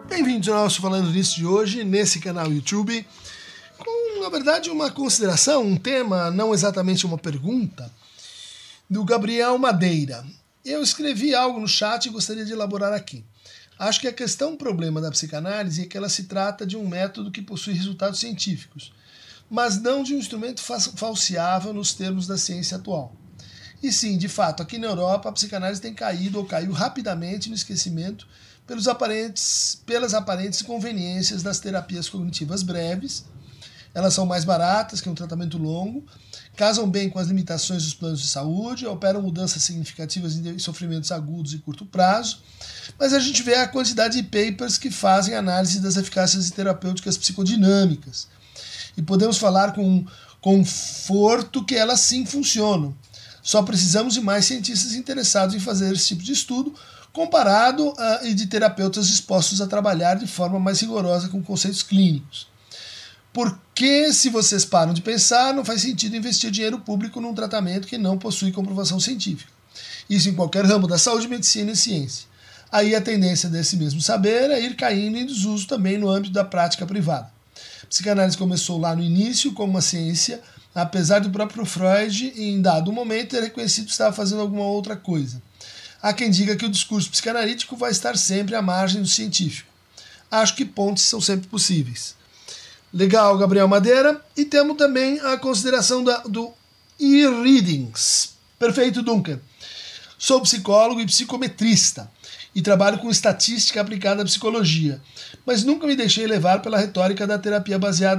Bem-vindos ao nosso Falando Nisso de hoje, nesse canal YouTube, com, na verdade, uma consideração, um tema, não exatamente uma pergunta, do Gabriel Madeira. Eu escrevi algo no chat e gostaria de elaborar aqui. Acho que a questão, problema da psicanálise é que ela se trata de um método que possui resultados científicos, mas não de um instrumento falseável nos termos da ciência atual. E sim, de fato, aqui na Europa a psicanálise tem caído ou caiu rapidamente no esquecimento pelas aparentes conveniências das terapias cognitivas breves. Elas são mais baratas que um tratamento longo, casam bem com as limitações dos planos de saúde, operam mudanças significativas em sofrimentos agudos e curto prazo, mas a gente vê a quantidade de papers que fazem análise das eficácias terapêuticas psicodinâmicas. E podemos falar com conforto que elas sim funcionam. Só precisamos de mais cientistas interessados em fazer esse tipo de estudo, comparado e de terapeutas dispostos a trabalhar de forma mais rigorosa com conceitos clínicos. Porque, se vocês param de pensar, não faz sentido investir dinheiro público num tratamento que não possui comprovação científica. Isso em qualquer ramo da saúde, medicina e ciência. Aí a tendência desse mesmo saber é ir caindo em desuso também no âmbito da prática privada. A psicanálise começou lá no início como uma ciência, apesar do próprio Freud, em dado momento, ter reconhecido que estava fazendo alguma outra coisa. Há quem diga que o discurso psicanalítico vai estar sempre à margem do científico. Acho que pontes são sempre possíveis. Legal, Gabriel Madeira. E temos também a consideração do e-readings. Perfeito, Duncan. Sou psicólogo e psicometrista e trabalho com estatística aplicada à psicologia, mas nunca me deixei levar pela retórica da terapia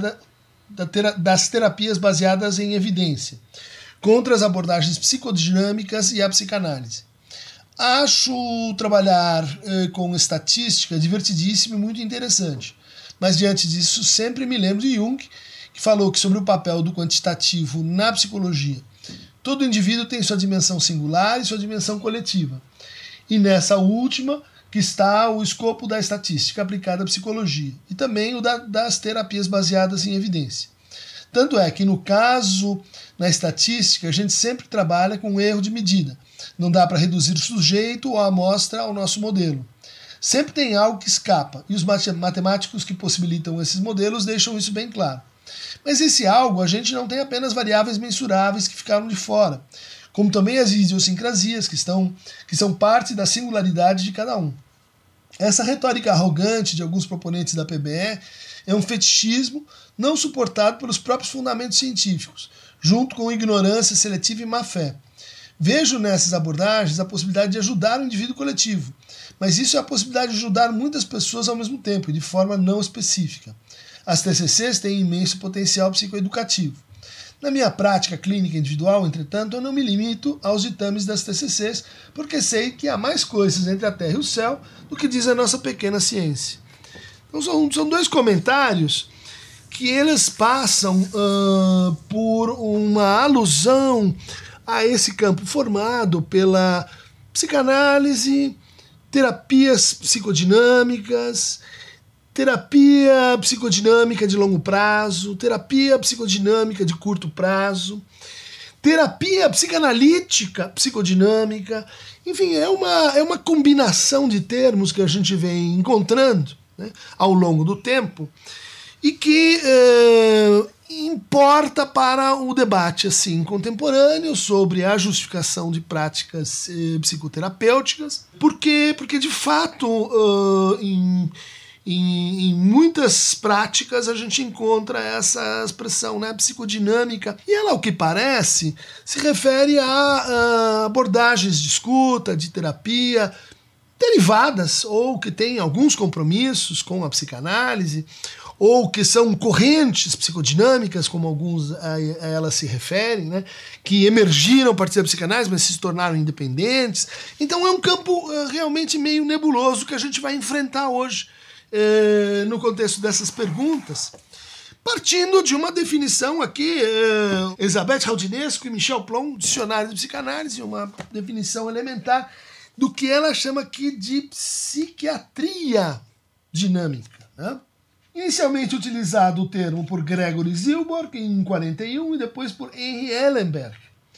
das terapias baseadas em evidência, contra as abordagens psicodinâmicas e a psicanálise. Acho trabalhar com estatística divertidíssimo e muito interessante, mas diante disso sempre me lembro de Jung, que falou que sobre o papel do quantitativo na psicologia. Todo indivíduo tem sua dimensão singular e sua dimensão coletiva, e nessa última que está o escopo da estatística aplicada à psicologia, e também o das terapias baseadas em evidência. Tanto é que, no caso, na estatística, a gente sempre trabalha com erro de medida. Não dá para reduzir o sujeito ou a amostra ao nosso modelo. Sempre tem algo que escapa, e os matemáticos que possibilitam esses modelos deixam isso bem claro. Mas esse algo, a gente não tem apenas variáveis mensuráveis que ficaram de fora, como também as idiosincrasias, que são parte da singularidade de cada um. Essa retórica arrogante de alguns proponentes da PBE é um fetichismo não suportado pelos próprios fundamentos científicos, junto com ignorância seletiva e má-fé. Vejo nessas abordagens a possibilidade de ajudar o indivíduo coletivo, mas isso é a possibilidade de ajudar muitas pessoas ao mesmo tempo e de forma não específica. As TCCs têm imenso potencial psicoeducativo. Na minha prática clínica individual, entretanto, eu não me limito aos ditames das TCCs, porque sei que há mais coisas entre a terra e o céu do que diz a nossa pequena ciência. Então são dois comentários que eles passam por uma alusão a esse campo formado pela psicanálise, terapias psicodinâmicas, terapia psicodinâmica de longo prazo, terapia psicodinâmica de curto prazo, terapia psicanalítica psicodinâmica, enfim, é uma combinação de termos que a gente vem encontrando, né, ao longo do tempo e que importa para o debate assim, contemporâneo sobre a justificação de práticas psicoterapêuticas, porque de fato em muitas práticas a gente encontra essa expressão, né, psicodinâmica, e ela, ao que parece, se refere a abordagens de escuta, de terapia, derivadas ou que têm alguns compromissos com a psicanálise, ou que são correntes psicodinâmicas, como alguns a elas se referem, né, que emergiram a partir da psicanálise, mas se tornaram independentes. Então é um campo realmente meio nebuloso que a gente vai enfrentar hoje, no contexto dessas perguntas, partindo de uma definição aqui, Elizabeth Raudinesco e Michel Plon, dicionário de psicanálise, uma definição elementar do que ela chama aqui de psiquiatria dinâmica, né? Inicialmente utilizado o termo por Gregory Zilborg em 1941 e depois por Henry Ellenberg.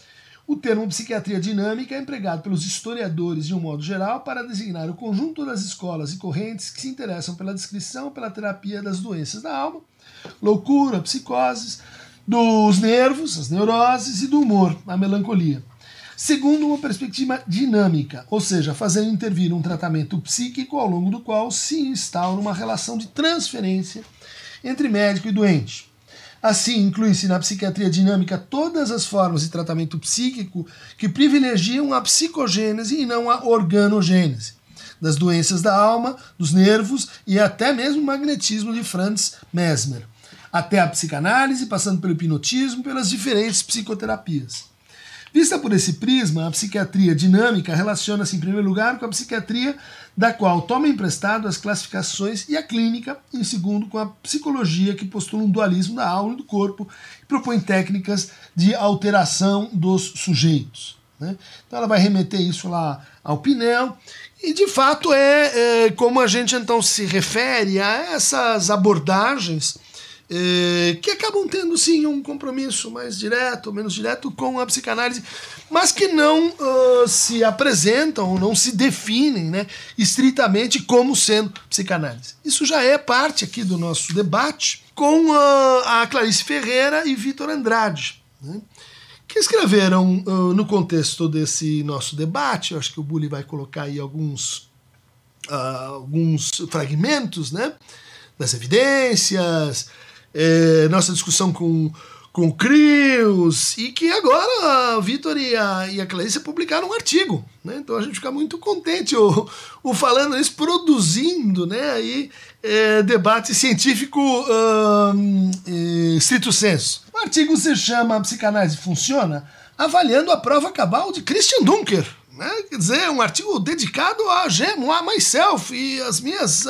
O termo psiquiatria dinâmica é empregado pelos historiadores de um modo geral para designar o conjunto das escolas e correntes que se interessam pela descrição e pela terapia das doenças da alma, loucura, psicoses, dos nervos, as neuroses e do humor, a melancolia, segundo uma perspectiva dinâmica, ou seja, fazendo intervir um tratamento psíquico ao longo do qual se instaura uma relação de transferência entre médico e doente. Assim, inclui-se na psiquiatria dinâmica todas as formas de tratamento psíquico que privilegiam a psicogênese e não a organogênese, das doenças da alma, dos nervos e até mesmo o magnetismo de Franz Mesmer, até a psicanálise, passando pelo hipnotismo, pelas diferentes psicoterapias. Vista por esse prisma, a psiquiatria dinâmica relaciona-se em primeiro lugar com a psiquiatria, da qual toma emprestado as classificações e a clínica, em segundo com a psicologia, que postula um dualismo da alma e do corpo e propõe técnicas de alteração dos sujeitos. Né? Então ela vai remeter isso lá ao Pinel, e de fato é como a gente então se refere a essas abordagens que acabam tendo sim um compromisso mais direto ou menos direto com a psicanálise, mas que não se apresentam ou não se definem, né, estritamente como sendo psicanálise. Isso já é parte aqui do nosso debate com a Clarice Ferreira e Vitor Andrade, né, que escreveram no contexto desse nosso debate. Eu acho que o Bully vai colocar aí alguns fragmentos, né, das evidências, nossa discussão com o Krios, e que agora a Vitor e a Clarice publicaram um artigo, né? Então a gente fica muito contente o Falando Nisso produzindo, né, aí, debate científico stricto sensu. O artigo se chama Psicanálise Funciona? Avaliando a prova cabal de Christian Dunker. Né? Quer dizer, um artigo dedicado a Gemo, a myself e as minhas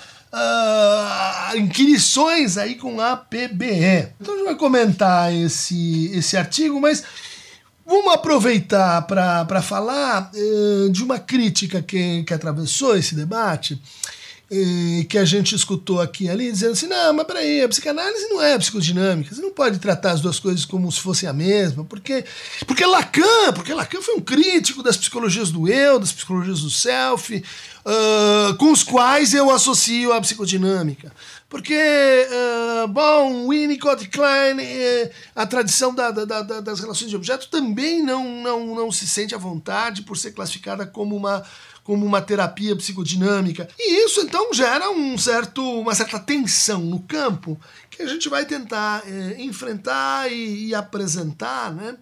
inquirições aí com a PBE. Então a gente vai comentar esse artigo, mas vamos aproveitar para falar de uma crítica que atravessou esse debate, que a gente escutou aqui e ali, dizendo assim, não, mas peraí, a psicanálise não é psicodinâmica, você não pode tratar as duas coisas como se fossem a mesma, porque Lacan foi um crítico das psicologias do eu, das psicologias do self, com os quais eu associo a psicodinâmica. Porque, Winnicott e Klein, a tradição das relações de objeto também não se sente à vontade por ser classificada como uma terapia psicodinâmica. E isso, então, gera uma certa tensão no campo que a gente vai tentar enfrentar e apresentar, né,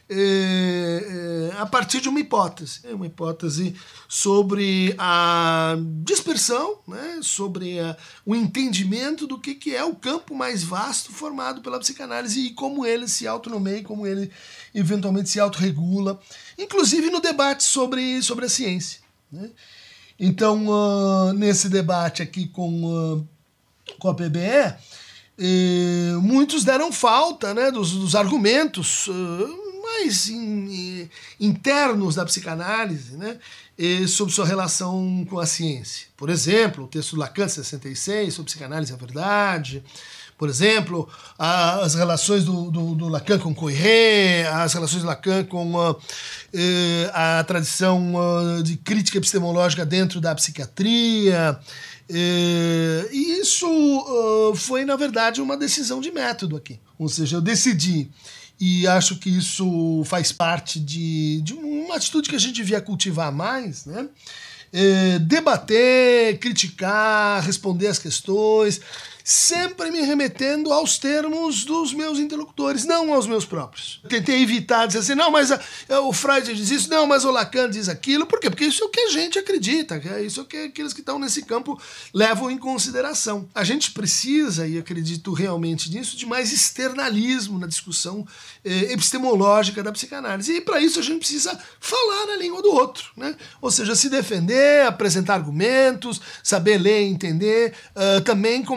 a partir de uma hipótese sobre a dispersão, né, sobre o entendimento do que é o campo mais vasto formado pela psicanálise e como ele se autonomeia, como ele eventualmente se autorregula, inclusive no debate sobre a ciência. Né? Então, nesse debate aqui com a PBE, muitos deram falta, né, dos argumentos mais internos da psicanálise, né, sobre sua relação com a ciência. Por exemplo, o texto do Lacan, de 66, sobre psicanálise e a verdade. Por exemplo, as relações do Lacan com Coiré, as relações do Lacan com a tradição de crítica epistemológica dentro da psiquiatria. E isso foi, na verdade, uma decisão de método aqui. Ou seja, eu decidi, e acho que isso faz parte de uma atitude que a gente devia cultivar mais, né? Debater, criticar, responder as questões, sempre me remetendo aos termos dos meus interlocutores, não aos meus próprios. Tentei evitar dizer assim, não, mas o Freud diz isso, não, mas o Lacan diz aquilo. Por quê? Porque isso é o que a gente acredita, isso é o que aqueles que estão nesse campo levam em consideração. A gente precisa, e acredito realmente nisso, de mais externalismo na discussão epistemológica da psicanálise. E para isso a gente precisa falar na língua do outro, né? Ou seja, se defender, apresentar argumentos, saber ler e entender também como é que estão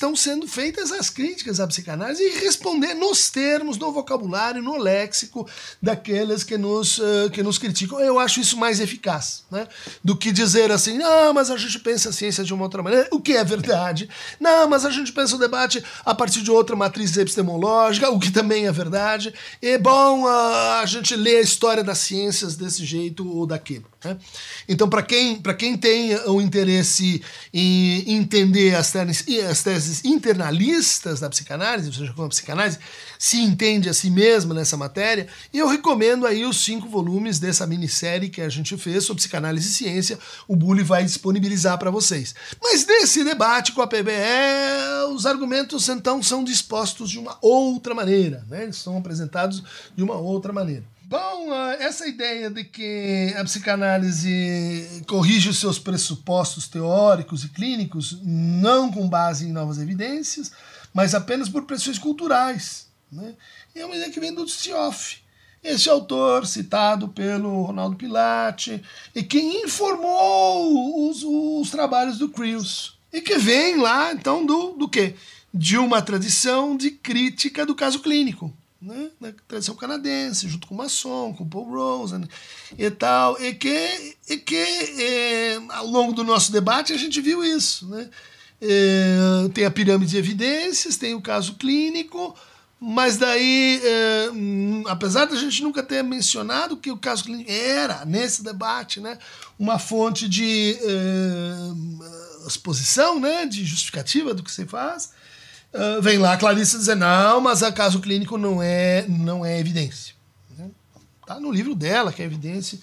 estão sendo feitas as críticas à psicanálise e responder nos termos, no vocabulário, no léxico daqueles que nos criticam. Eu acho isso mais eficaz, né? Do que dizer assim, mas a gente pensa a ciência de uma outra maneira, o que é verdade. Não, mas a gente pensa o debate a partir de outra matriz epistemológica, o que também é verdade. E bom, a gente lê a história das ciências desse jeito ou daquele, né? Então, para quem tem o interesse em entender as teses internalistas da psicanálise, ou seja, como a psicanálise se entende a si mesma nessa matéria, eu recomendo aí os 5 volumes dessa minissérie que a gente fez sobre psicanálise e ciência. O Bully vai disponibilizar para vocês. Mas nesse debate com a PBE, os argumentos então são dispostos de uma outra maneira, né? Eles são apresentados de uma outra maneira. Bom, essa ideia de que a psicanálise corrige os seus pressupostos teóricos e clínicos não com base em novas evidências, mas apenas por pressões culturais, né? É uma ideia que vem do Dustioff, esse autor citado pelo Ronaldo Pilate, e quem informou os trabalhos do Crews, e que vem lá, então, do quê? De uma tradição de crítica do caso clínico, né? Na tradição canadense, junto com Masson, com Paul Rosen e tal, e que ao longo do nosso debate a gente viu isso, né? Tem a pirâmide de evidências, tem o caso clínico, mas daí, apesar da gente nunca ter mencionado que o caso clínico era, nesse debate, né, uma fonte de exposição, né, de justificativa do que se faz, vem lá a Clarice dizer, não, mas o caso clínico não é evidência. Tá no livro dela, que é evidência,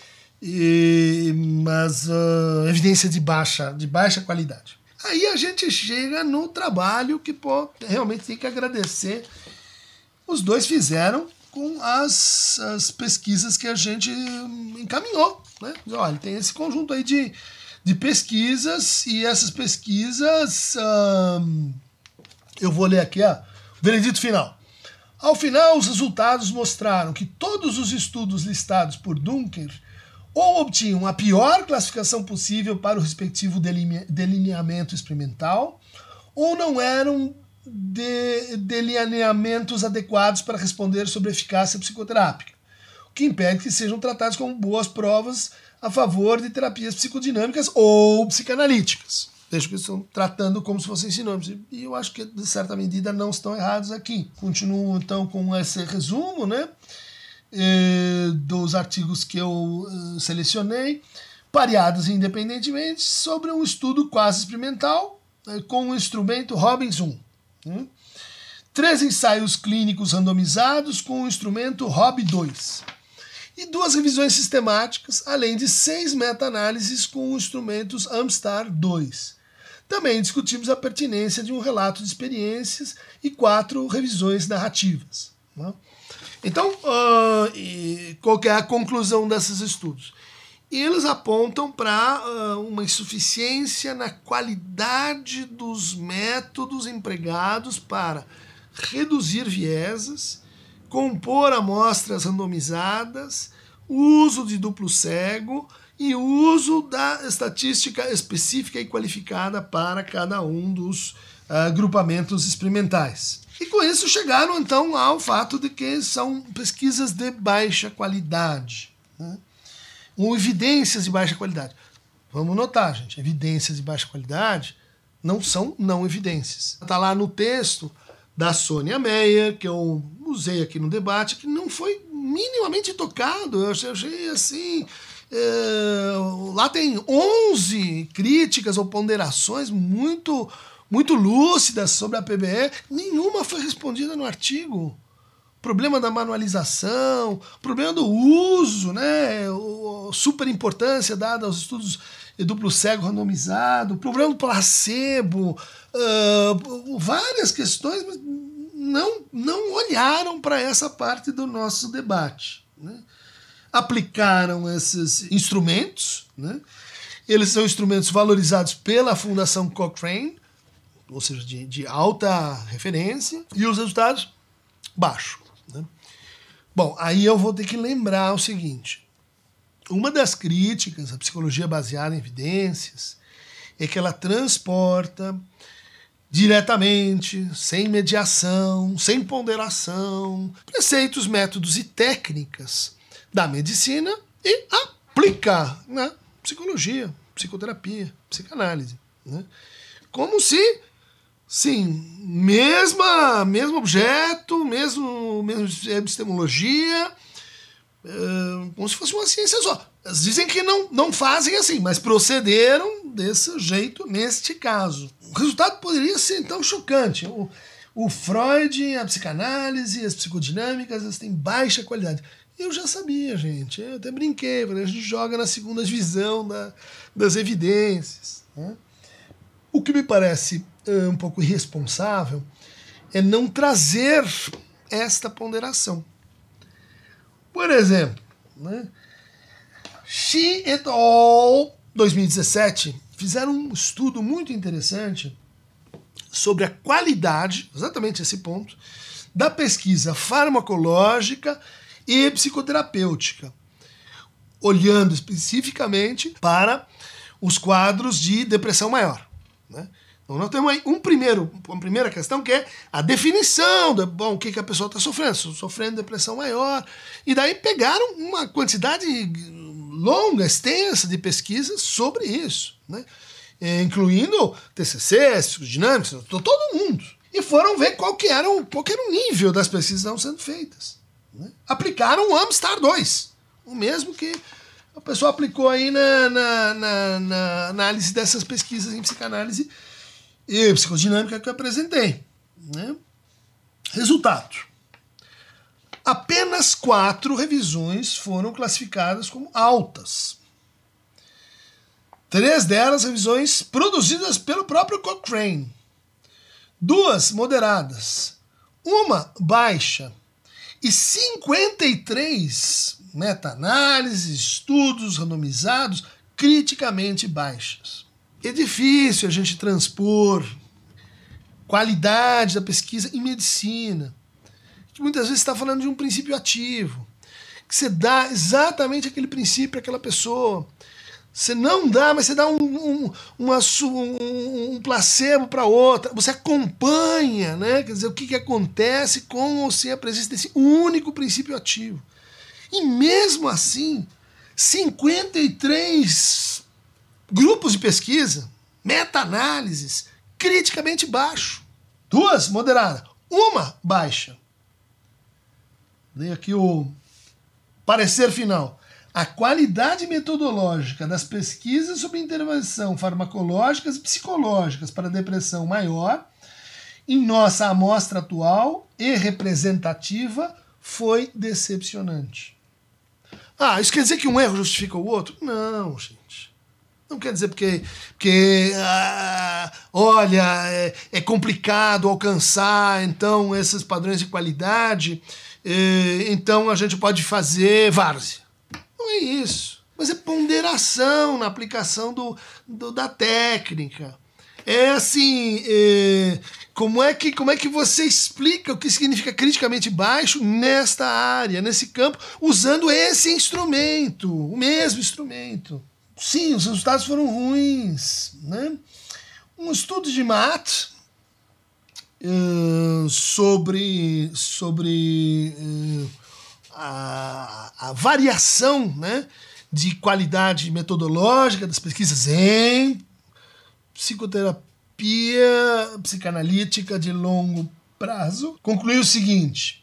mas evidência de baixa qualidade. Aí a gente chega no trabalho que realmente tem que agradecer. Os dois fizeram com as pesquisas que a gente encaminhou, né? Olha, tem esse conjunto aí de pesquisas, e essas pesquisas, eu vou ler aqui, veredito final. Ao final, os resultados mostraram que todos os estudos listados por Dunker ou obtinham a pior classificação possível para o respectivo delineamento experimental, ou não eram delineamentos adequados para responder sobre a eficácia psicoterápica, o que impede que sejam tratados como boas provas a favor de terapias psicodinâmicas ou psicanalíticas. Vejo que estão tratando como se fossem sinônimos, e eu acho que, de certa medida, não estão errados aqui. Continuo, então, com esse resumo, né, dos artigos que eu selecionei, pareados independentemente, sobre um estudo quase experimental com o instrumento Robbins 1. 3 ensaios clínicos randomizados com o instrumento Rob 2. E 2 revisões sistemáticas, além de 6 meta-análises com os instrumentos Amstar 2. Também discutimos a pertinência de um relato de experiências e 4 revisões narrativas. Então, qual que é a conclusão desses estudos? Eles apontam para uma insuficiência na qualidade dos métodos empregados para reduzir vieses, compor amostras randomizadas, uso de duplo cego e uso da estatística específica e qualificada para cada um dos agrupamentos experimentais. E com isso chegaram então ao fato de que são pesquisas de baixa qualidade, né? Ou evidências de baixa qualidade. Vamos notar, gente, evidências de baixa qualidade não são não evidências. Está lá no texto da Sônia Meyer, que eu usei aqui no debate, que não foi minimamente tocado. Eu achei assim... lá tem 11 críticas ou ponderações muito lúcidas sobre a PBE, nenhuma foi respondida no artigo. Problema da manualização, problema do uso, né, a super importância dada aos estudos de duplo cego randomizado, problema do placebo, várias questões, mas não olharam para essa parte do nosso debate, né? Aplicaram esses instrumentos, né? Eles são instrumentos valorizados pela Fundação Cochrane, ou seja, de alta referência, e os resultados baixos, né? Bom, aí eu vou ter que lembrar o seguinte: uma das críticas à psicologia baseada em evidências é que ela transporta diretamente, sem mediação, sem ponderação, preceitos, métodos e técnicas da medicina e aplicar na psicologia, psicoterapia, psicanálise, né? Como se, sim, mesmo objeto, mesmo epistemologia, como se fosse uma ciência só. Eles dizem que não fazem assim, mas procederam desse jeito neste caso. O resultado poderia ser, então, chocante. O Freud, a psicanálise, as psicodinâmicas, elas têm baixa qualidade. Eu já sabia, gente. Eu até brinquei, a gente joga na segunda divisão das evidências, né? O que me parece um pouco irresponsável é não trazer esta ponderação. Por exemplo, né? Xi et al., 2017, fizeram um estudo muito interessante sobre a qualidade, exatamente esse ponto, da pesquisa farmacológica e psicoterapêutica, olhando especificamente para os quadros de depressão maior, né? Então nós temos aí uma primeira questão, que é a definição de o que a pessoa está sofrendo. Sofrendo depressão maior. E daí pegaram uma quantidade longa, extensa de pesquisas sobre isso, né? Incluindo TCC, psicodinâmicos, todo mundo. E foram ver qual que era o nível das pesquisas que estavam sendo feitas, né? Aplicaram o Amstar 2, o mesmo que a pessoa aplicou aí na análise dessas pesquisas em psicanálise e psicodinâmica que eu apresentei, né? Resultado: apenas 4 revisões foram classificadas como altas. 3 delas revisões produzidas pelo próprio Cochrane. 2 moderadas. 1 baixa. E 53 meta-análises, estudos randomizados criticamente baixas. É difícil a gente transpor qualidade da pesquisa em medicina, que muitas vezes está falando de um princípio ativo, que você dá exatamente aquele princípio àquela pessoa. Você não dá, mas você dá um placebo para outra. Você acompanha, né? Quer dizer, o que acontece com ou sem a presença desse único princípio ativo. E mesmo assim, 53 grupos de pesquisa, meta-análises, criticamente baixo. 2 moderadas, 1 baixa. Leio aqui o parecer final. A qualidade metodológica das pesquisas sobre intervenção farmacológicas e psicológicas para depressão maior, em nossa amostra atual e representativa, foi decepcionante. Isso quer dizer que um erro justifica o outro? Não, gente. Não quer dizer porque é complicado alcançar, então, esses padrões de qualidade, então a gente pode fazer várzea. Não é isso. Mas é ponderação na aplicação da técnica. É assim, como é que você explica o que significa criticamente baixo nesta área, nesse campo, usando esse instrumento, o mesmo instrumento? Sim, os resultados foram ruins, né? Um estudo de Matt sobre a variação, né, de qualidade metodológica das pesquisas em psicoterapia psicanalítica de longo prazo, concluiu o seguinte: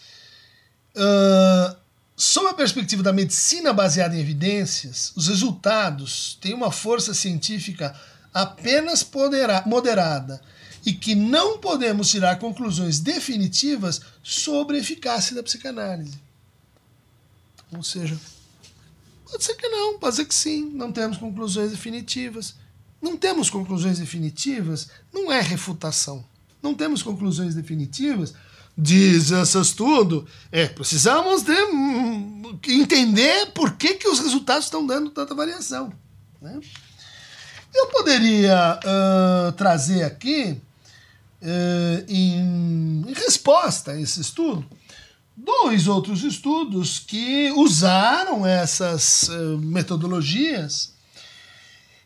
sob a perspectiva da medicina baseada em evidências, os resultados têm uma força científica apenas moderada e que não podemos tirar conclusões definitivas sobre a eficácia da psicanálise. Ou seja, pode ser que não, pode ser que sim, não temos conclusões definitivas. Não temos conclusões definitivas, não é refutação. Não temos conclusões definitivas, diz esse estudo, precisamos entender por que os resultados estão dando tanta variação, né? Eu poderia trazer aqui, em resposta a esse estudo, 2 outros estudos que usaram essas metodologias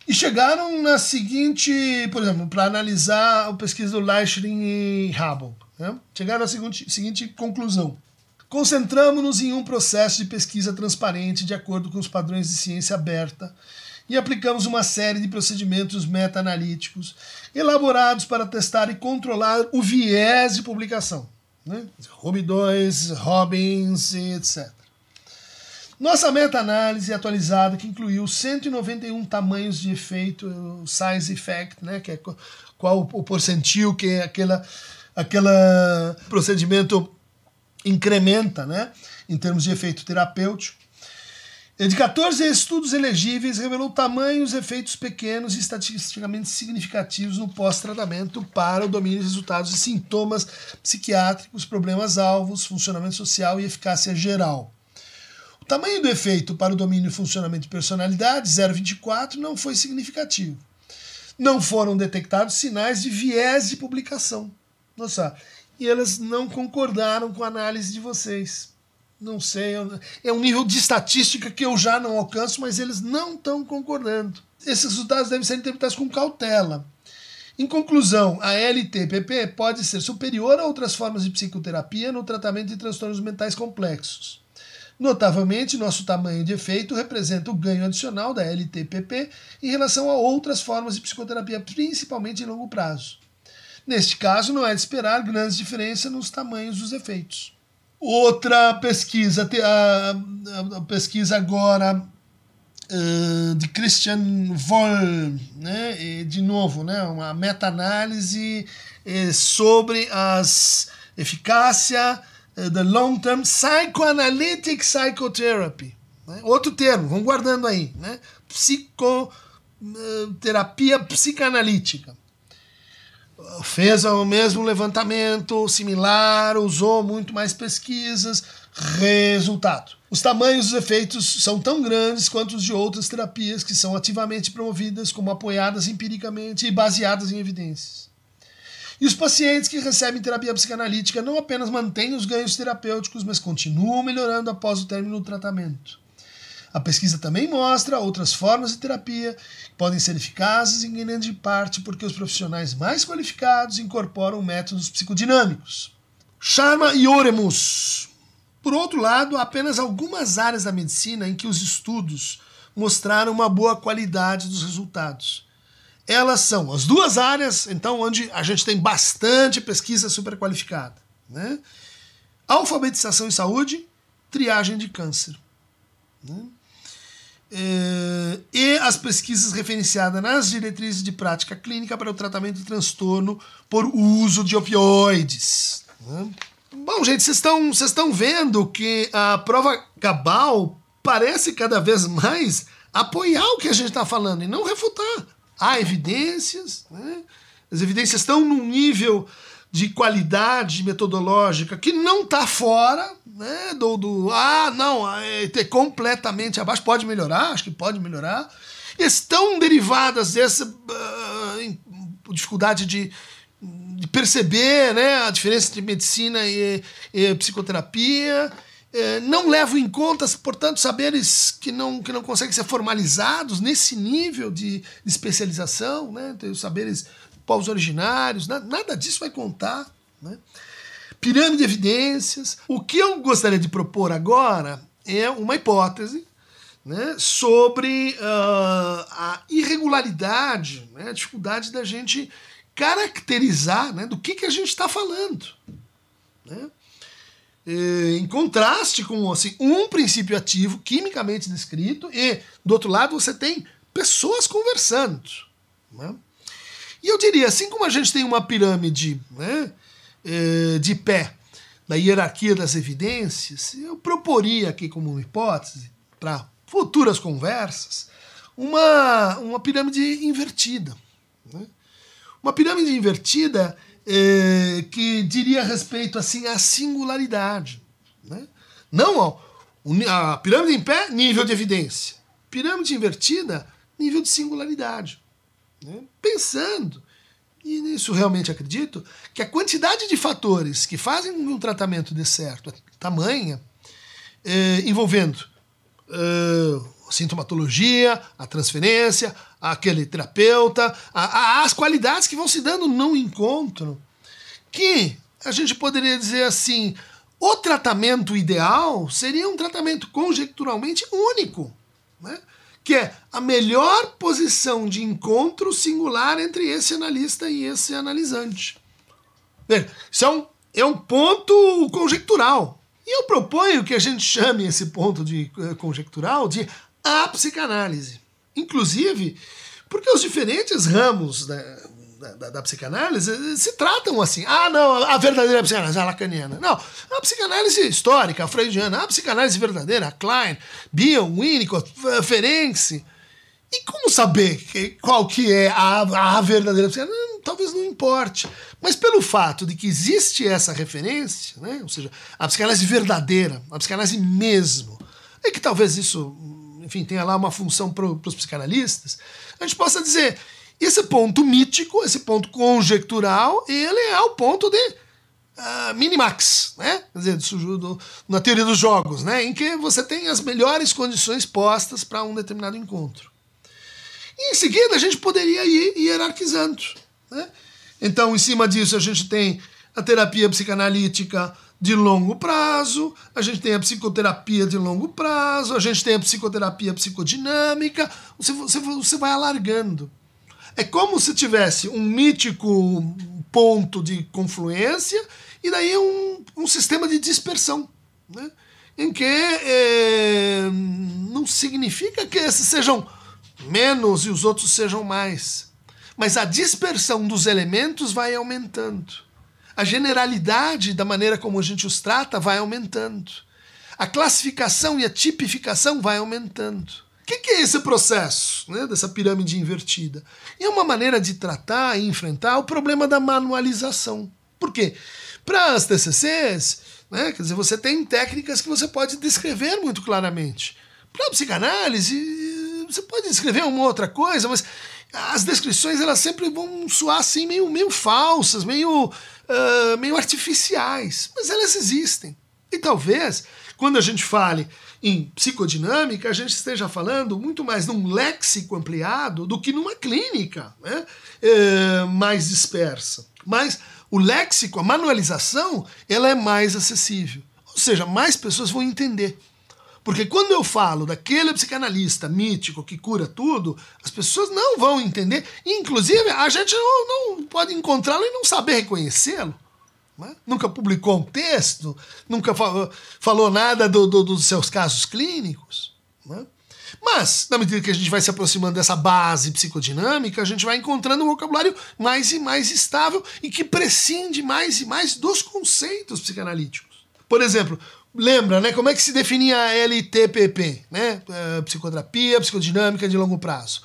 E chegaram na seguinte, por exemplo, para analisar a pesquisa do Leichring e Hubble, né? Chegaram à seguinte conclusão. Concentramos-nos em um processo de pesquisa transparente de acordo com os padrões de ciência aberta e aplicamos uma série de procedimentos meta-analíticos elaborados para testar e controlar o viés de publicação, né? Rob2, Robbins, etc. Nossa meta-análise atualizada, que incluiu 191 tamanhos de efeito, o size effect, né, que é qual o percentil que é aquele procedimento incrementa, né, em termos de efeito terapêutico. De 14 estudos elegíveis, revelou tamanhos, efeitos pequenos e estatisticamente significativos no pós-tratamento para o domínio de resultados de sintomas psiquiátricos, problemas-alvos, funcionamento social e eficácia geral. O tamanho do efeito para o domínio e funcionamento de personalidade, 0,24, não foi significativo. Não foram detectados sinais de viés de publicação. Nossa, e elas não concordaram com a análise de vocês. Não sei, é um nível de estatística que eu já não alcanço, mas eles não estão concordando. Esses resultados devem ser interpretados com cautela. Em conclusão, a LTPP pode ser superior a outras formas de psicoterapia no tratamento de transtornos mentais complexos. Notavelmente, nosso tamanho de efeito representa o ganho adicional da LTPP em relação a outras formas de psicoterapia, principalmente em longo prazo. Neste caso, não é de esperar grandes diferenças nos tamanhos dos efeitos. Outra pesquisa, a pesquisa agora de Christian Voll, né? De novo, né? Uma meta-análise sobre as eficácia da long-term psychoanalytic psychotherapy. Né? Outro termo, vamos guardando aí, né? Psicoterapia psicanalítica. Fez o mesmo levantamento similar, usou muito mais pesquisas, resultado. Os tamanhos dos efeitos são tão grandes quanto os de outras terapias que são ativamente promovidas como apoiadas empiricamente e baseadas em evidências. E os pacientes que recebem terapia psicanalítica não apenas mantêm os ganhos terapêuticos, mas continuam melhorando após o término do tratamento. A pesquisa também mostra outras formas de terapia que podem ser eficazes em grande parte porque os profissionais mais qualificados incorporam métodos psicodinâmicos. Sharma e Oremus. Por outro lado, há apenas algumas áreas da medicina em que os estudos mostraram uma boa qualidade dos resultados. Elas são as duas áreas, então, onde a gente tem bastante pesquisa super qualificada, né? Alfabetização em saúde, triagem de câncer. Né? E as pesquisas referenciadas nas diretrizes de prática clínica para o tratamento de transtorno por uso de opioides. Né? Bom, gente, vocês estão vendo que a prova cabal parece cada vez mais apoiar o que a gente está falando e não refutar. Há evidências, né? As evidências estão num nível de qualidade metodológica que não está fora, né, é completamente abaixo. Pode melhorar, acho que pode melhorar. Estão derivadas dessa dificuldade de perceber, né, a diferença entre medicina e psicoterapia. Não levam em conta, portanto, saberes que não conseguem ser formalizados nesse nível de especialização, né? Os saberes povos originários, nada disso vai contar. Né? Pirâmide de evidências. O que eu gostaria de propor agora é uma hipótese, né, sobre a irregularidade, né, a dificuldade da gente caracterizar, né, do que a gente está falando. Né? Em contraste com assim, um princípio ativo quimicamente descrito e, do outro lado, você tem pessoas conversando. Né? E eu diria, assim como a gente tem uma pirâmide, né, de pé na hierarquia das evidências, eu proporia aqui como uma hipótese, para futuras conversas, uma pirâmide invertida. Né? Uma pirâmide invertida que diria respeito assim à singularidade. Né? Não a pirâmide em pé, nível de evidência. Pirâmide invertida, nível de singularidade. Né? Pensando, e nisso realmente acredito, que a quantidade de fatores que fazem com que um tratamento dê certo é tamanha, envolvendo sintomatologia, a transferência, aquele terapeuta, as qualidades que vão se dando no encontro, que a gente poderia dizer assim, o tratamento ideal seria um tratamento conjecturalmente único, né? Que é a melhor posição de encontro singular entre esse analista e esse analisante. Isso é um ponto conjectural. E eu proponho que a gente chame esse ponto conjectural de apsicanálise. Inclusive, porque os diferentes ramos da psicanálise se tratam assim. Ah, não, a verdadeira psicanálise, a lacaniana. Não, a psicanálise histórica, a freudiana, a psicanálise verdadeira, a Klein, Bion, Winnicott, Ferenczi. E como saber qual que é a verdadeira psicanálise? Talvez não importe. Mas pelo fato de que existe essa referência, né? Ou seja, a psicanálise verdadeira, a psicanálise mesmo, é que talvez isso, enfim, tenha lá uma função para os psicanalistas, a gente possa dizer, esse ponto mítico, esse ponto conjectural, ele é o ponto de minimax, né? Quer dizer, na teoria dos jogos, né? Em que você tem as melhores condições postas para um determinado encontro. E em seguida a gente poderia ir hierarquizando, né? Então, em cima disso, a gente tem a terapia psicanalítica de longo prazo, a gente tem a psicoterapia de longo prazo, a gente tem a psicoterapia psicodinâmica, você vai alargando. É como se tivesse um mítico ponto de confluência e daí um sistema de dispersão, né? Em que não significa que esses sejam menos e os outros sejam mais. Mas a dispersão dos elementos vai aumentando. A generalidade da maneira como a gente os trata vai aumentando. A classificação e a tipificação vai aumentando. O que é esse processo, né, dessa pirâmide invertida? É uma maneira de tratar e enfrentar o problema da manualização. Por quê? Para as TCCs, né, quer dizer, você tem técnicas que você pode descrever muito claramente. Para a psicanálise, você pode descrever uma outra coisa, mas as descrições elas sempre vão soar assim meio falsas, meio artificiais, mas elas existem. E talvez, quando a gente fale em psicodinâmica, a gente esteja falando muito mais num léxico ampliado do que numa clínica, né, mais dispersa. Mas o léxico, a manualização, ela é mais acessível. Ou seja, mais pessoas vão entender. Porque quando eu falo daquele psicanalista mítico que cura tudo, as pessoas não vão entender. E, inclusive, a gente não pode encontrá-lo e não saber reconhecê-lo. Né? Nunca publicou um texto, nunca falou nada dos seus casos clínicos. Né? Mas, na medida que a gente vai se aproximando dessa base psicodinâmica, a gente vai encontrando um vocabulário mais e mais estável e que prescinde mais e mais dos conceitos psicanalíticos. Por exemplo, lembra, né, como é que se definia a LTPP, né? Psicoterapia psicodinâmica de longo prazo.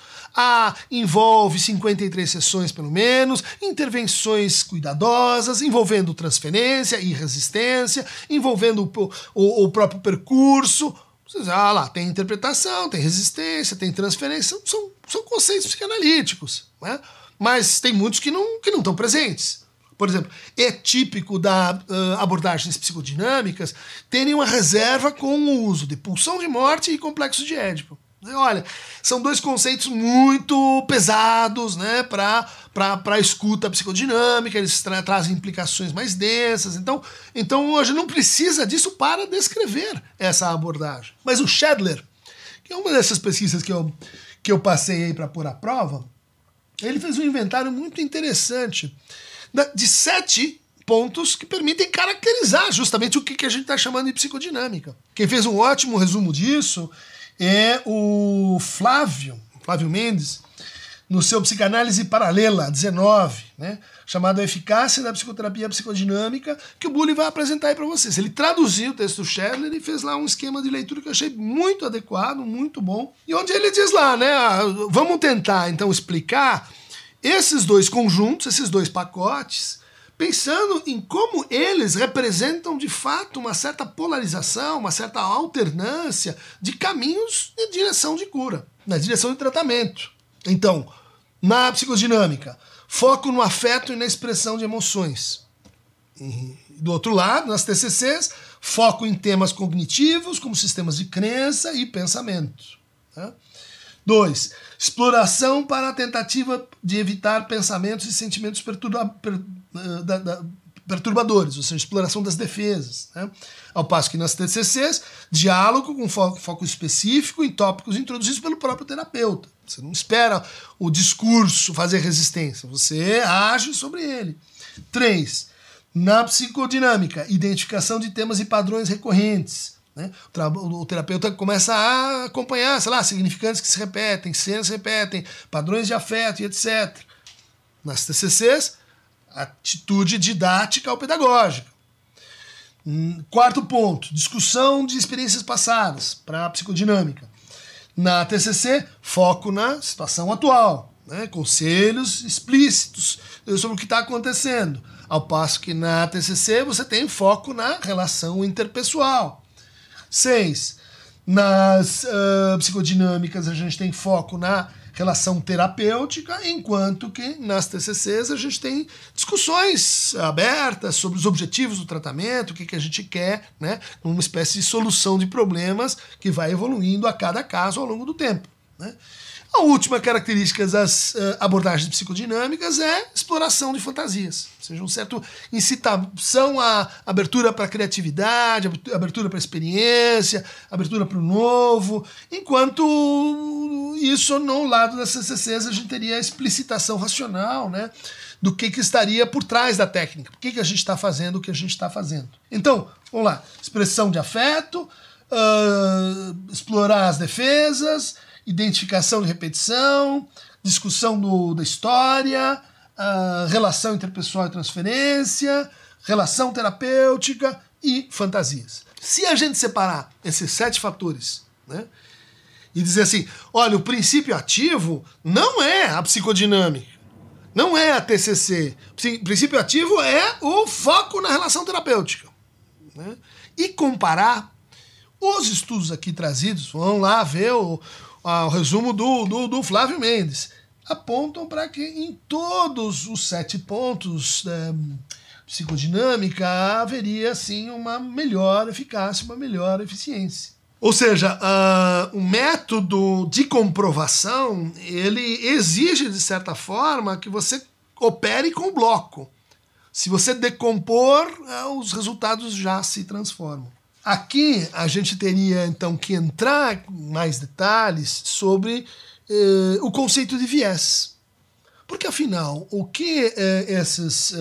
Envolve 53 sessões pelo menos, intervenções cuidadosas, envolvendo transferência e resistência, envolvendo o próprio percurso. Lá, tem interpretação, tem resistência, tem transferência, são conceitos psicanalíticos, né? Mas tem muitos que não estão presentes. Por exemplo, é típico da abordagens psicodinâmicas terem uma reserva com o uso de pulsão de morte e complexo de Édipo. Olha, são dois conceitos muito pesados, né, para a escuta psicodinâmica, eles trazem implicações mais densas, então a gente não precisa disso para descrever essa abordagem. Mas o Shadler, que é uma dessas pesquisas que eu passei aí para pôr à prova, ele fez um inventário muito interessante de 7 pontos que permitem caracterizar justamente o que a gente está chamando de psicodinâmica. Quem fez um ótimo resumo disso é o Flávio Mendes, no seu Psicanálise Paralela 19, né, chamado A Eficácia da Psicoterapia Psicodinâmica, que o Bully vai apresentar aí para vocês. Ele traduziu o texto do Shadler e fez lá um esquema de leitura que eu achei muito adequado, muito bom, e onde ele diz lá, né, vamos tentar então explicar esses dois conjuntos, esses dois pacotes, pensando em como eles representam de fato uma certa polarização, uma certa alternância de caminhos em direção de cura, na direção de tratamento. Então, na psicodinâmica, foco no afeto e na expressão de emoções. E, do outro lado, nas TCCs, foco em temas cognitivos, como sistemas de crença e pensamento. Né? 2. Exploração para a tentativa de evitar pensamentos e sentimentos perturbadores, ou seja, exploração das defesas. Né? Ao passo que nas TCCs, diálogo com foco específico em tópicos introduzidos pelo próprio terapeuta. Você não espera o discurso fazer resistência, você age sobre ele. 3. Na psicodinâmica, identificação de temas e padrões recorrentes. Né? O terapeuta começa a acompanhar, sei lá, significantes que se repetem, cenas que se repetem, padrões de afeto e etc. Nas TCCs, atitude didática ou pedagógica. 4º ponto, discussão de experiências passadas para a psicodinâmica. Na TCC, foco na situação atual, né? Conselhos explícitos sobre o que está acontecendo. Ao passo que na TCC você tem foco na relação interpessoal. 6. Nas psicodinâmicas a gente tem foco na relação terapêutica, enquanto que nas TCCs a gente tem discussões abertas sobre os objetivos do tratamento, o que a gente quer, né? Uma espécie de solução de problemas que vai evoluindo a cada caso ao longo do tempo. Né? A última característica das abordagens psicodinâmicas é exploração de fantasias, ou seja, um certo incitação à abertura para a criatividade, abertura para a experiência, abertura para o novo, enquanto isso, no lado das CCCs, a gente teria a explicitação racional, né, do que estaria por trás da técnica, por que a gente está fazendo o que a gente está fazendo. Então, vamos lá, expressão de afeto, explorar as defesas, identificação de repetição, discussão da história, relação interpessoal e transferência, relação terapêutica e fantasias. Se a gente separar esses 7 fatores, né, e dizer assim, olha, o princípio ativo não é a psicodinâmica, não é a TCC. O princípio ativo é o foco na relação terapêutica. Né, e comparar os estudos aqui trazidos, vão lá ver o resumo do Flávio Mendes, apontam para que em todos os 7 pontos psicodinâmica haveria sim uma melhor eficácia, uma melhor eficiência. Ou seja, o método de comprovação, ele exige, de certa forma, que você opere com o bloco. Se você decompor, os resultados já se transformam. Aqui a gente teria então que entrar em mais detalhes sobre o conceito de viés. Porque afinal, o que esses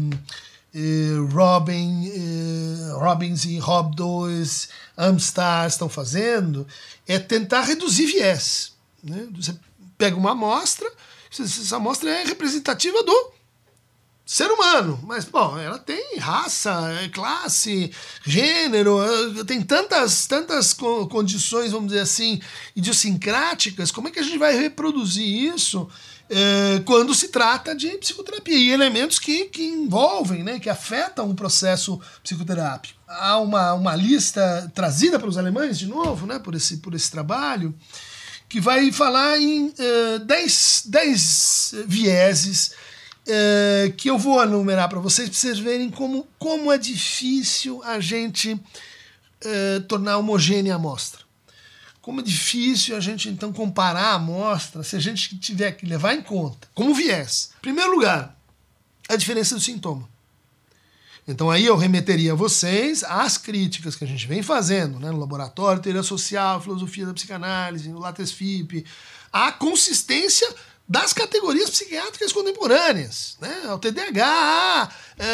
Robbins e Rob 2, Amstar estão fazendo é tentar reduzir viés. Né? Você pega uma amostra, essa amostra é representativa do ser humano, mas, bom, ela tem raça, classe, gênero, tem tantas condições, vamos dizer assim, idiosincráticas. Como é que a gente vai reproduzir isso quando se trata de psicoterapia? E elementos que envolvem, né, que afetam o processo psicoterápico. Há uma lista trazida pelos alemães, de novo, né, por esse trabalho, que vai falar em 10 vieses que eu vou enumerar para vocês verem como é difícil a gente tornar homogênea a amostra. Como é difícil a gente, então, comparar a amostra se a gente tiver que levar em conta, como viés. Em primeiro lugar, a diferença do sintoma. Então aí eu remeteria a vocês às críticas que a gente vem fazendo, né, no Laboratório de Teoria Social, Filosofia da Psicanálise, no LatexFIP, a consistência das categorias psiquiátricas contemporâneas, né? O TDAH,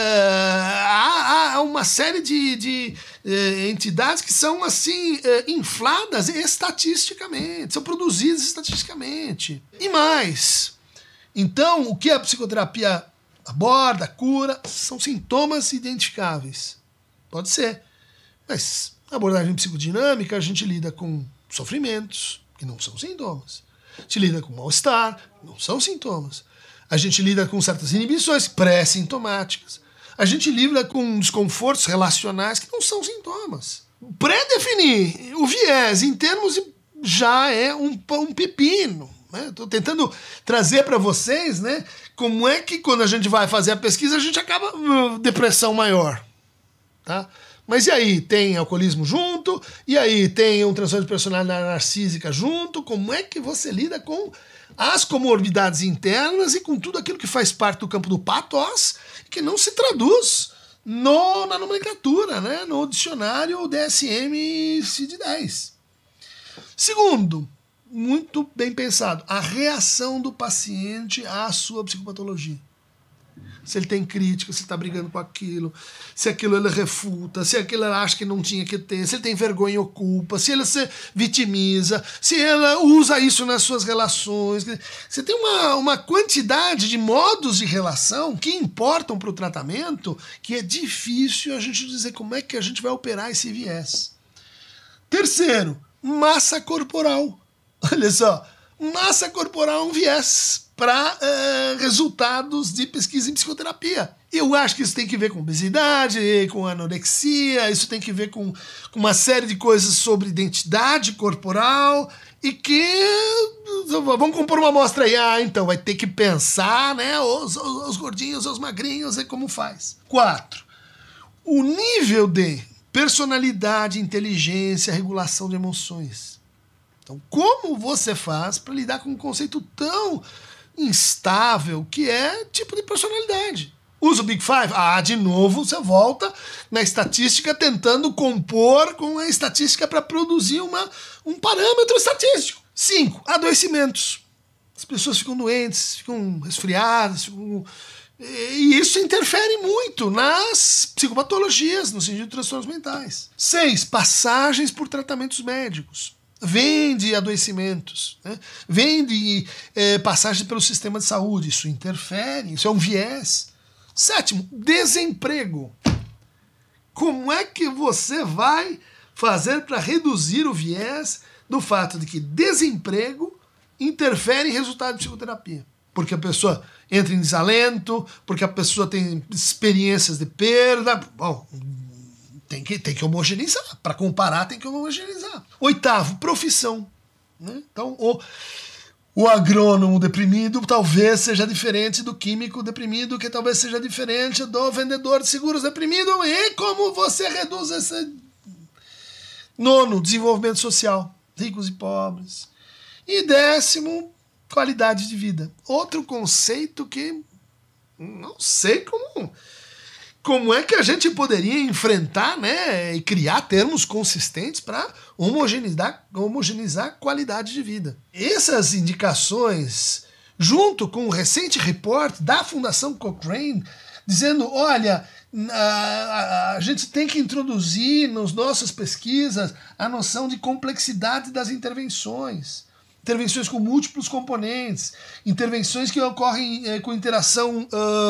há uma série de entidades que são assim infladas estatisticamente, são produzidas estatisticamente. E mais, então, o que a psicoterapia aborda, cura, são sintomas identificáveis. Pode ser, mas na abordagem psicodinâmica a gente lida com sofrimentos, que não são sintomas. A gente lida com mal-estar, não são sintomas. A gente lida com certas inibições pré-sintomáticas. A gente lida com desconfortos relacionais que não são sintomas. Pré-definir o viés em termos de, já é um pepino. Estou tentando trazer para vocês, né, como é que quando a gente vai fazer a pesquisa a gente acaba depressão maior. Tá? Mas e aí, tem alcoolismo junto? E aí, tem um transtorno de personalidade narcísica junto? Como é que você lida com as comorbidades internas e com tudo aquilo que faz parte do campo do pathos e que não se traduz na nomenclatura, né? No dicionário DSM-CID-10. Segundo, muito bem pensado, a reação do paciente à sua psicopatologia. Se ele tem crítica, se ele está brigando com aquilo, se aquilo ele refuta, se aquilo ele acha que não tinha que ter, se ele tem vergonha ou culpa, se ele se vitimiza, se ela usa isso nas suas relações. Você tem uma quantidade de modos de relação que importam para o tratamento que é difícil a gente dizer como é que a gente vai operar esse viés. Terceiro, massa corporal. Olha só, massa corporal é um viés para resultados de pesquisa em psicoterapia. Eu acho que isso tem que ver com obesidade, com anorexia, isso tem que ver com uma série de coisas sobre identidade corporal e que vamos compor uma amostra aí. Então vai ter que pensar, né, os gordinhos, os magrinhos, e como faz. 4. O nível de personalidade, inteligência, regulação de emoções. Então, como você faz para lidar com um conceito tão instável que é tipo de personalidade? Usa o Big Five? De novo você volta na estatística tentando compor com a estatística para produzir um parâmetro estatístico. 5. Adoecimentos. As pessoas ficam doentes, ficam resfriadas, e isso interfere muito nas psicopatologias, no sentido de transtornos mentais. 6. Passagens por tratamentos médicos. Vem de adoecimentos, né? Vem de passagem pelo sistema de saúde, isso interfere, isso é um viés. 7. Desemprego. Como é que você vai fazer para reduzir o viés do fato de que desemprego interfere em resultado de psicoterapia? Porque a pessoa entra em desalento, porque a pessoa tem experiências de perda. Bom, tem que homogeneizar. Para comparar, tem que homogeneizar. 8. Profissão. Né? Então, o agrônomo deprimido talvez seja diferente do químico deprimido, que talvez seja diferente do vendedor de seguros deprimido. E como você reduz esse... 9. Desenvolvimento social. Ricos e pobres. E 10. Qualidade de vida. Outro conceito que não sei como é que a gente poderia enfrentar, né, e criar termos consistentes para homogeneizar a qualidade de vida. Essas indicações, junto com o recente report da Fundação Cochrane, dizendo, olha, a gente tem que introduzir nas nossas pesquisas a noção de complexidade das intervenções. Intervenções com múltiplos componentes, intervenções que ocorrem com interação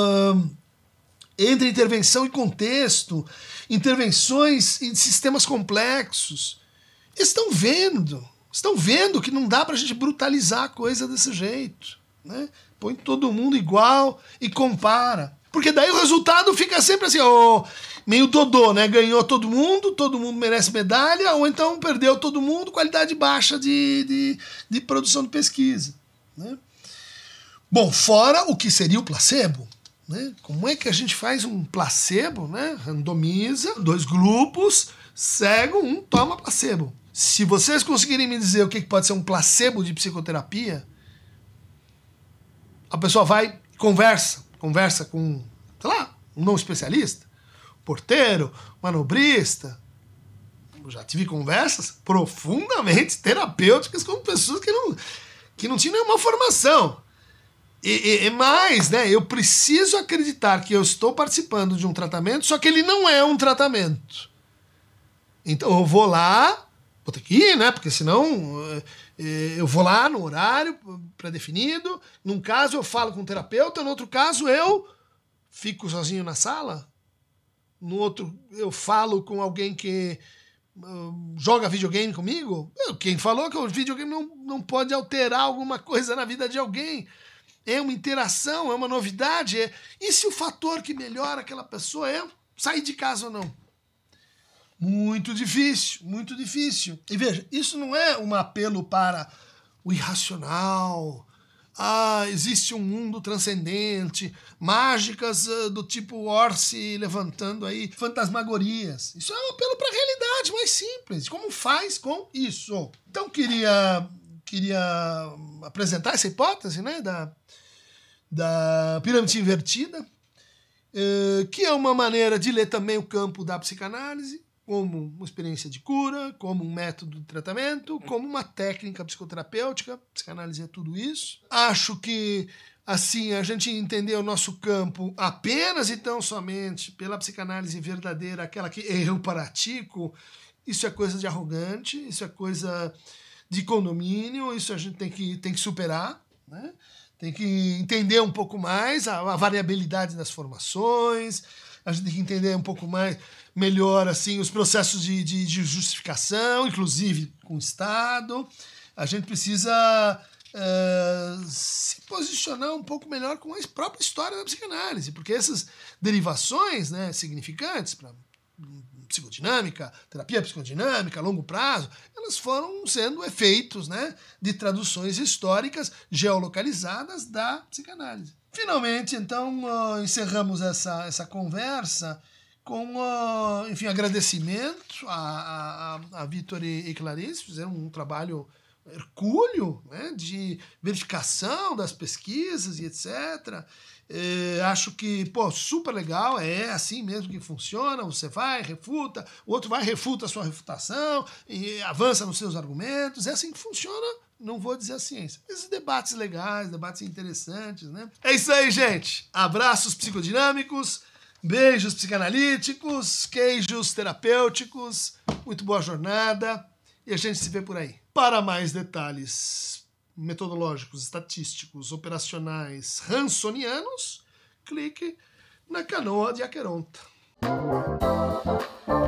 entre intervenção e contexto, intervenções em sistemas complexos. Estão vendo que não dá para a gente brutalizar a coisa desse jeito, né? Põe todo mundo igual e compara. Porque daí o resultado fica sempre assim, meio dodô, né? Ganhou todo mundo merece medalha, ou então perdeu todo mundo, qualidade baixa de produção de pesquisa, né? Bom, fora o que seria o placebo, né? Como é que a gente faz um placebo, né? Randomiza 2 grupos, cego, um toma placebo. Se vocês conseguirem me dizer o que pode ser um placebo de psicoterapia, a pessoa vai, conversa com, sei lá, um não especialista, porteiro, manobrista. Eu já tive conversas profundamente terapêuticas com pessoas que não tinham nenhuma formação. E mais, né, eu preciso acreditar que eu estou participando de um tratamento, só que ele não é um tratamento. Então eu vou lá, vou ter que ir, né, porque senão eu vou lá no horário pré-definido, num caso eu falo com o terapeuta, no outro caso eu fico sozinho na sala, no outro eu falo com alguém que joga videogame comigo. Quem falou que o videogame não pode alterar alguma coisa na vida de alguém? É uma interação, é uma novidade. E se o fator que melhora aquela pessoa é sair de casa ou não? Muito difícil, muito difícil. E veja, isso não é um apelo para o irracional, existe um mundo transcendente, mágicas do tipo Orsi levantando aí fantasmagorias. Isso é um apelo para a realidade mais simples. Como faz com isso? Então queria apresentar essa hipótese, né, da pirâmide invertida, que é uma maneira de ler também o campo da psicanálise, como uma experiência de cura, como um método de tratamento, como uma técnica psicoterapêutica. Psicanálise é tudo isso. Acho que, assim, a gente entender o nosso campo apenas e tão somente pela psicanálise verdadeira, aquela que eu pratico, isso é coisa de arrogante, isso é coisa de condomínio, isso a gente tem que superar, né? Tem que entender um pouco mais a variabilidade das formações, a gente tem que entender um pouco melhor assim, os processos de justificação, inclusive com o Estado. A gente precisa se posicionar um pouco melhor com a própria história da psicanálise, porque essas derivações, né, significantes para psicodinâmica, terapia psicodinâmica a longo prazo, elas foram sendo efeitos, né, de traduções históricas geolocalizadas da psicanálise. Finalmente, então, encerramos essa conversa com, enfim, agradecimento a Vitor e Clarice, fizeram um trabalho hercúleo, né, de verificação das pesquisas e etc. Acho que, super legal, é assim mesmo que funciona, você vai, refuta, o outro vai, refuta a sua refutação, e avança nos seus argumentos, é assim que funciona, não vou dizer a ciência. Esses debates legais, debates interessantes, né? É isso aí, gente! Abraços psicodinâmicos, beijos psicanalíticos, queijos terapêuticos, muito boa jornada, e a gente se vê por aí. Para mais detalhes metodológicos, estatísticos, operacionais, hansonianos, clique na canoa de Aqueronta.